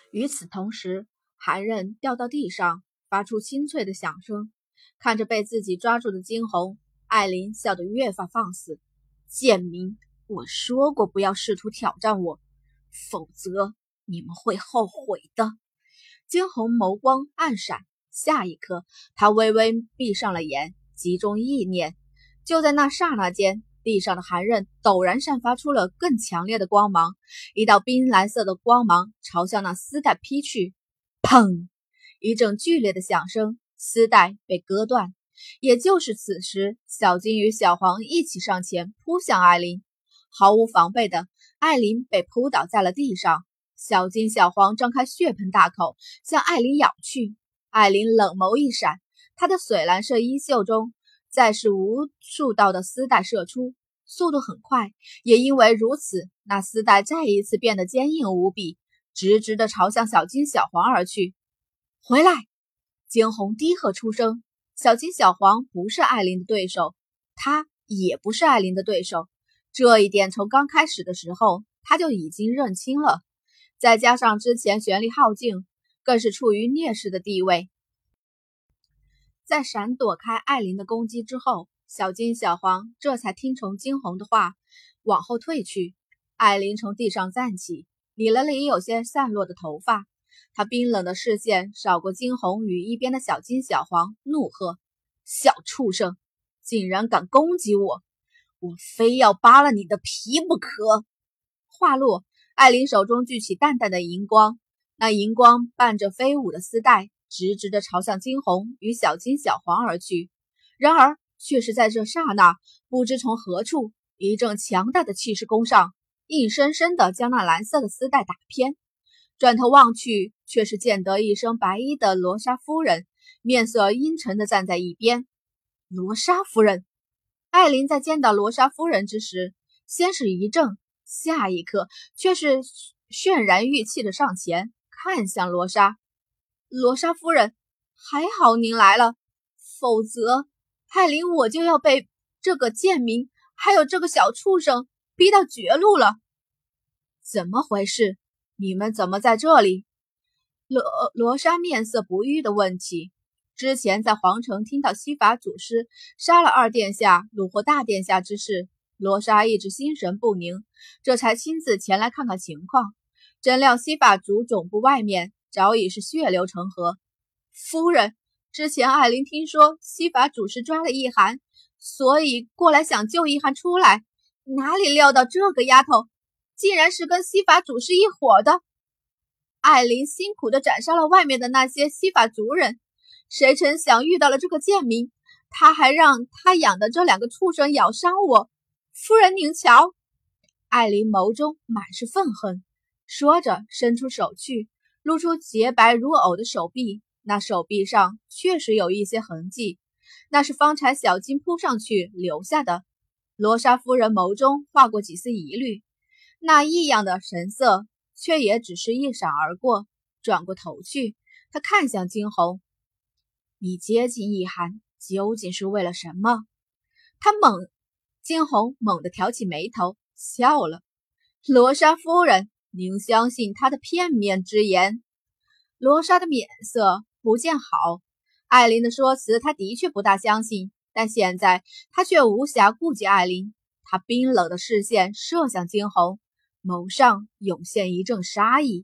与此同时，韩刃掉到地上，发出清脆的响声。看着被自己抓住的惊鸿，艾琳笑得越发放肆。贱民，我说过不要试图挑战我，否则你们会后悔的。惊鸿眸光暗闪，下一刻他微微闭上了眼，集中意念。就在那刹那间，地上的寒刃陡然散发出了更强烈的光芒，一道冰蓝色的光芒朝向那丝带劈去。砰！一阵剧烈的响声，丝带被割断。也就是此时，小金与小黄一起上前扑向艾琳。毫无防备的艾琳被扑倒在了地上，小金、小黄张开血盆大口向艾琳咬去。艾琳冷眸一闪，她的水蓝色衣袖中再是无数道的丝带射出，速度很快，也因为如此，那丝带再一次变得坚硬无比，直直地朝向小金、小黄而去。回来！惊鸿低喝出声。小金、小黄不是艾琳的对手，他也不是艾琳的对手，这一点从刚开始的时候他就已经认清了。再加上之前玄力耗尽，更是处于劣势的地位。在闪躲开艾琳的攻击之后，小金、小黄这才听从惊鸿的话，往后退去。艾琳从地上站起，理了理有些散落的头发。他冰冷的视线扫过惊鸿与一边的小金、小黄，怒喝：“小畜生，竟然敢攻击我！我非要扒了你的皮不可！”话落，艾琳手中聚起淡淡的银光，那银光伴着飞舞的丝带，直直地朝向惊鸿与小金、小黄而去。然而，却是在这刹那，不知从何处，一阵强大的气势攻上，硬生生地将那蓝色的丝带打偏。转头望去，却是见得一身白衣的罗莎夫人，面色阴沉地站在一边。罗莎夫人，艾琳在见到罗莎夫人之时，先是一怔，下一刻却是泫然欲泣地上前看向罗莎。罗莎夫人，还好您来了，否则艾琳我就要被这个贱民还有这个小畜生逼到绝路了。怎么回事？你们怎么在这里？罗莎面色不悦地问起。之前在皇城听到西法祖师杀了二殿下、虏获大殿下之事，罗莎一直心神不宁，这才亲自前来看看情况。真料西法族总部外面早已是血流成河。夫人，之前艾琳听说西法祖师抓了易涵，所以过来想救易涵出来，哪里料到这个丫头竟然是跟西法祖师一伙的。艾琳辛苦地斩杀了外面的那些西法族人，谁成想遇到了这个贱民，他还让他养的这两个畜生咬伤我。夫人您瞧。艾琳眸中满是愤恨，说着伸出手去，露出洁白如藕的手臂，那手臂上确实有一些痕迹，那是方才小金扑上去留下的。罗莎夫人眸中划过几丝疑虑，那异样的神色却也只是一闪而过。转过头去，她看向惊鸿：“你接近易涵究竟是为了什么？”惊鸿猛地挑起眉头，笑了：“罗莎夫人，您相信他的片面之言？”罗莎的脸色不见好，艾琳的说辞她的确不大相信，但现在她却无暇顾及艾琳。她冰冷的视线射向惊鸿，眸上涌现一阵杀意。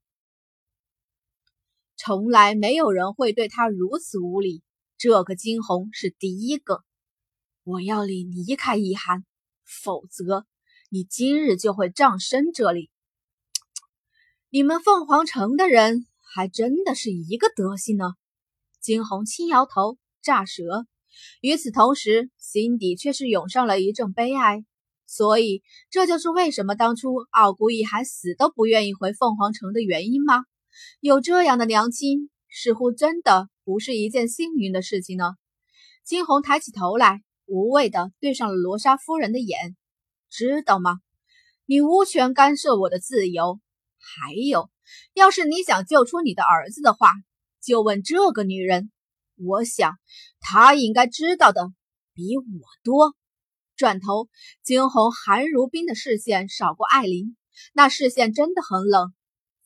从来没有人会对他如此无礼，这个惊鸿是第一个。我要你离开易涵，否则你今日就会葬身这里。你们凤凰城的人还真的是一个德行呢。惊鸿轻摇头，乍舌。与此同时，心底却是涌上了一阵悲哀。所以这就是为什么当初傲骨易涵死都不愿意回凤凰城的原因吗？有这样的娘亲，似乎真的不是一件幸运的事情呢。惊鸿抬起头来，无畏地对上了罗莎夫人的眼。知道吗？你无权干涉我的自由。还有，要是你想救出你的儿子的话，就问这个女人。我想她应该知道的比我多。转头，惊鸿寒如冰的视线扫过艾琳，那视线真的很冷。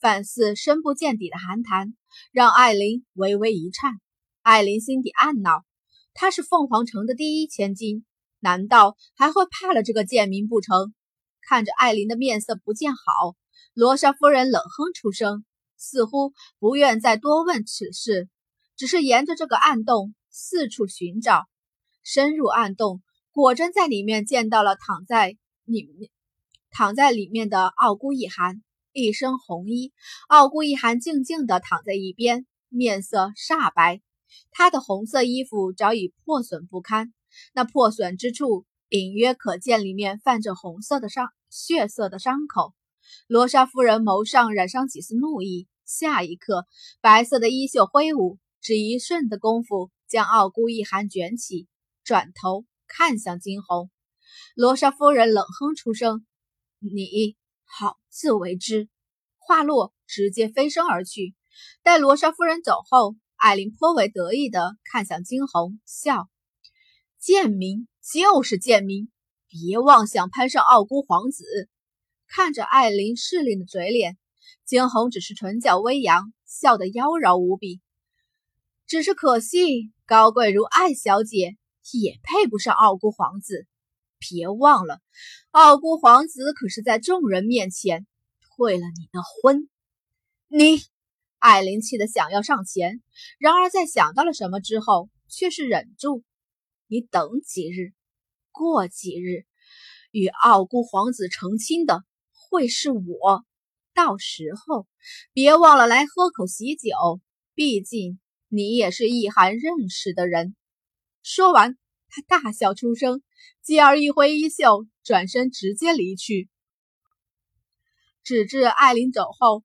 反似深不见底的寒潭，让艾琳微微一颤。艾琳心底暗恼，她是凤凰城的第一千金，难道还会怕了这个贱民不成？看着艾琳的面色不见好，罗莎夫人冷哼出声，似乎不愿再多问此事，只是沿着这个暗洞四处寻找。深入暗洞，果真在里面见到了躺在里面的傲孤一寒，一身红衣。傲孤一寒静静地躺在一边，面色煞白，他的红色衣服早已破损不堪，那破损之处隐约可见里面泛着红色的血色的伤口。罗莎夫人眸上染上几丝怒意，下一刻白色的衣袖挥舞，只一瞬的功夫将傲孤一寒卷起，转头看向惊鸿。罗莎夫人冷哼出声，你好自为之。话落，直接飞身而去。待罗莎夫人走后，艾琳颇为得意地看向惊鸿，笑：贱民就是贱民，别妄想攀上傲孤皇子。看着艾琳势利的嘴脸，惊鸿只是唇角微扬，笑得妖娆无比。只是可惜，高贵如艾小姐也配不上傲孤皇子。别忘了，傲孤皇子可是在众人面前退了你的婚。你！艾琳气得想要上前，然而在想到了什么之后，却是忍住。你等几日，过几日，与傲孤皇子成亲的会是我。到时候别忘了来喝口喜酒，毕竟你也是易寒认识的人。说完，他大笑出声，继而一挥衣袖，转身直接离去。直至艾琳走后，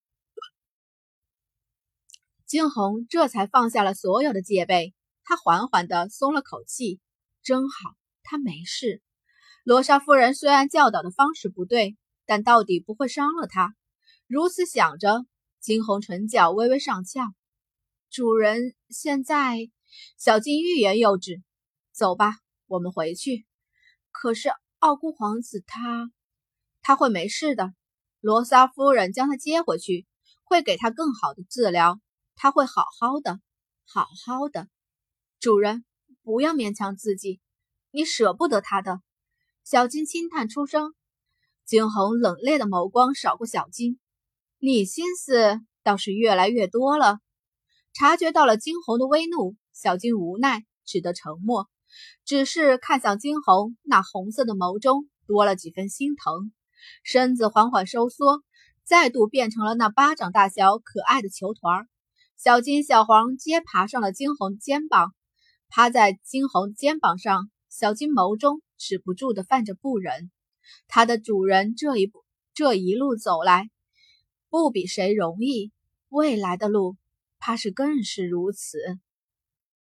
惊鸿这才放下了所有的戒备，他缓缓地松了口气。真好，他没事。罗莎夫人虽然教导的方式不对，但到底不会伤了他。如此想着，惊鸿唇角微微上翘。主人现在……小金欲言又止。走吧，我们回去。可是傲孤皇子他会没事的。罗莎夫人将他接回去，会给他更好的治疗，他会好好的，好好的。主人，不要勉强自己，你舍不得他的。小金轻叹出声。惊鸿冷冽的眸光扫过小金，你心思倒是越来越多了。察觉到了惊鸿的微怒，小金无奈，只得沉默，只是看向惊鸿那红色的眸中多了几分心疼，身子缓缓收缩，再度变成了那巴掌大小可爱的球团。小金、小黄皆爬上了惊鸿的肩膀，趴在惊鸿肩膀上，小金眸中止不住地泛着不忍。他的主人这一路走来，不比谁容易，未来的路怕是更是如此。